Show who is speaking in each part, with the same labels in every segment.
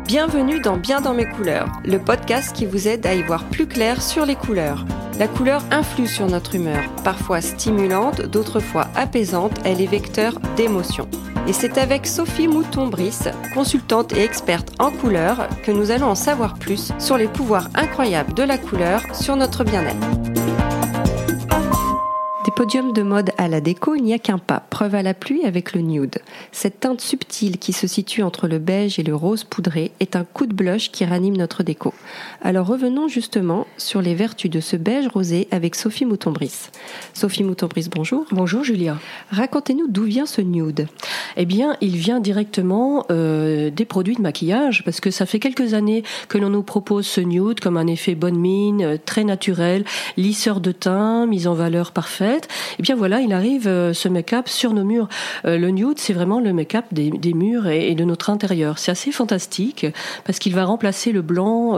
Speaker 1: Bienvenue dans Bien dans mes couleurs, le podcast qui vous aide à y voir plus clair sur les couleurs. La couleur influe sur notre humeur, parfois stimulante, d'autres fois apaisante, elle est vecteur d'émotions. Et c'est avec Sophie Mouton-Brice, consultante et experte en couleurs, que nous allons en savoir plus sur les pouvoirs incroyables de la couleur sur notre bien-être. Des podiums de mode à la déco, il n'y a qu'un pas. Preuve à la pluie avec le nude. Cette teinte subtile qui se situe entre le beige et le rose poudré est un coup de blush qui ranime notre déco. Alors revenons justement sur les vertus de ce beige rosé avec Sophie Mouton-Brice. Sophie Mouton-Brice, bonjour.
Speaker 2: Bonjour Julia.
Speaker 1: Racontez-nous d'où vient ce nude.
Speaker 2: Eh bien, il vient directement des produits de maquillage, parce que ça fait quelques années que l'on nous propose ce nude comme un effet bonne mine, très naturel, lisseur de teint, mise en valeur parfaite. Et bien voilà, il arrive ce make-up sur nos murs. Le nude, c'est vraiment le make-up des murs et de notre intérieur. C'est assez fantastique parce qu'il va remplacer le blanc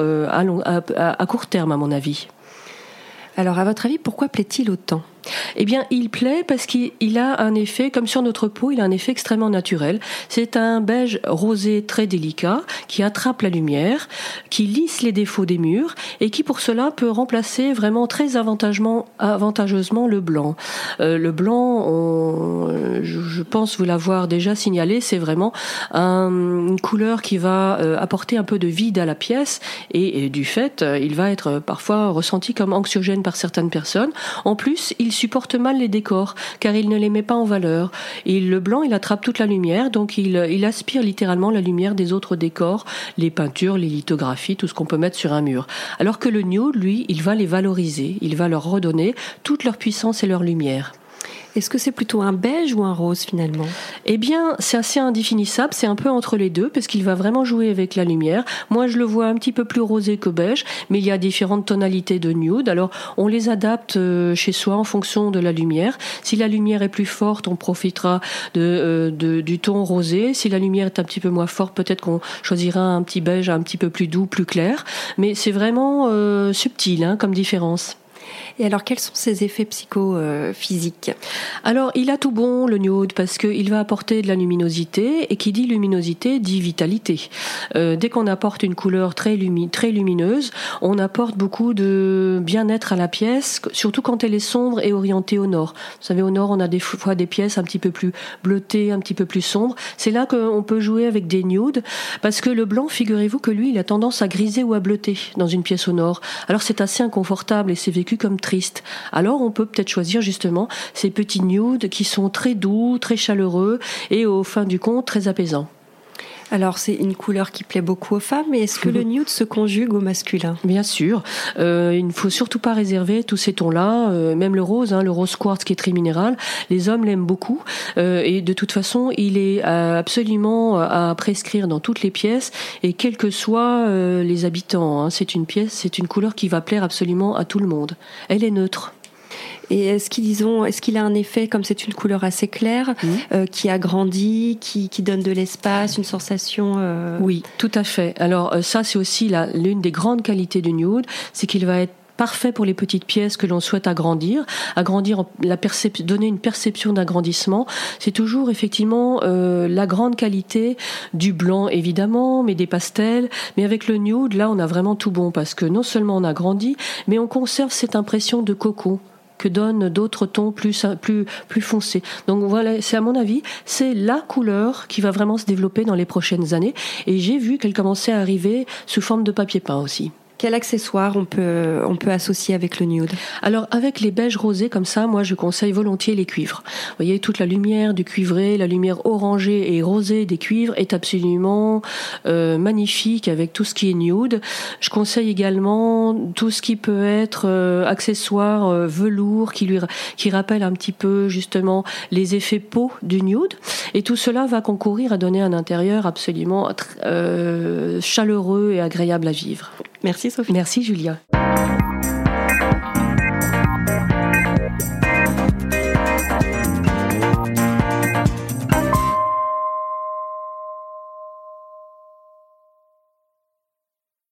Speaker 2: à court terme, à mon avis.
Speaker 1: Alors, à votre avis, pourquoi plaît-il autant ?
Speaker 2: Eh bien, il plaît parce qu'il a un effet, comme sur notre peau, il a un effet extrêmement naturel. C'est un beige rosé très délicat qui attrape la lumière, qui lisse les défauts des murs et qui, pour cela, peut remplacer vraiment très avantageusement le blanc. Le blanc, je pense vous l'avoir déjà signalé, c'est vraiment une couleur qui va apporter un peu de vide à la pièce et du fait, il va être parfois ressenti comme anxiogène par certaines personnes. En plus, il supporte mal les décors car il ne les met pas en valeur. Et le blanc, il attrape toute la lumière, donc il aspire littéralement la lumière des autres décors, les peintures, les lithographies, tout ce qu'on peut mettre sur un mur. Alors que le nude, lui, il va les valoriser, il va leur redonner toute leur puissance et leur lumière.
Speaker 1: Est-ce que c'est plutôt un beige ou un rose finalement ?
Speaker 2: Eh bien, c'est assez indéfinissable, c'est un peu entre les deux parce qu'il va vraiment jouer avec la lumière. Moi, je le vois un petit peu plus rosé que beige, mais il y a différentes tonalités de nude. Alors, on les adapte chez soi en fonction de la lumière. Si la lumière est plus forte, on profitera du ton rosé. Si la lumière est un petit peu moins forte, peut-être qu'on choisira un petit beige un petit peu plus doux, plus clair. Mais c'est vraiment subtil comme différence.
Speaker 1: Et alors, quels sont ses effets psychophysiques ?
Speaker 2: Alors, il a tout bon, le nude, parce qu'il va apporter de la luminosité, et qui dit luminosité dit vitalité. Dès qu'on apporte une couleur très lumineuse, on apporte beaucoup de bien-être à la pièce, surtout quand elle est sombre et orientée au nord. Vous savez, au nord, on a des fois des pièces un petit peu plus bleutées, un petit peu plus sombres. C'est là qu'on peut jouer avec des nudes, parce que le blanc, figurez-vous que lui, il a tendance à griser ou à bleuter dans une pièce au nord. Alors, c'est assez inconfortable et c'est vécu comme triste. Alors on peut peut-être choisir justement ces petits nudes qui sont très doux, très chaleureux et au fin du compte très apaisants.
Speaker 1: Alors c'est une couleur qui plaît beaucoup aux femmes, mais est-ce que le nude se conjugue au masculin ?
Speaker 2: Bien sûr, il ne faut surtout pas réserver tous ces tons-là, même le rose quartz qui est très minéral, les hommes l'aiment beaucoup et de toute façon il est absolument à prescrire dans toutes les pièces et quels que soient les habitants. C'est une couleur qui va plaire absolument à tout le monde. Elle est neutre.
Speaker 1: Et est-ce qu'il a un effet, comme c'est une couleur assez claire, qui agrandit, qui donne de l'espace, une sensation...
Speaker 2: Oui, tout à fait. Alors ça, c'est aussi l'une des grandes qualités du nude, c'est qu'il va être parfait pour les petites pièces que l'on souhaite agrandir, donner une perception d'agrandissement. C'est toujours effectivement la grande qualité du blanc évidemment, mais des pastels. Mais avec le nude, là, on a vraiment tout bon parce que non seulement on agrandit, mais on conserve cette impression de coco que donnent d'autres tons plus foncés. Donc voilà, c'est à mon avis, c'est la couleur qui va vraiment se développer dans les prochaines années. Et j'ai vu qu'elle commençait à arriver sous forme de papier peint aussi.
Speaker 1: Quel accessoire on peut associer avec le nude ?
Speaker 2: Alors avec les beiges rosés comme ça, moi je conseille volontiers les cuivres. Vous voyez, toute la lumière du cuivré, la lumière orangée et rosée des cuivres est absolument magnifique avec tout ce qui est nude. Je conseille également tout ce qui peut être accessoire velours qui rappelle un petit peu justement les effets peau du nude. Et tout cela va concourir à donner un intérieur absolument chaleureux et agréable à vivre.
Speaker 1: Merci Sophie.
Speaker 2: Merci Julia.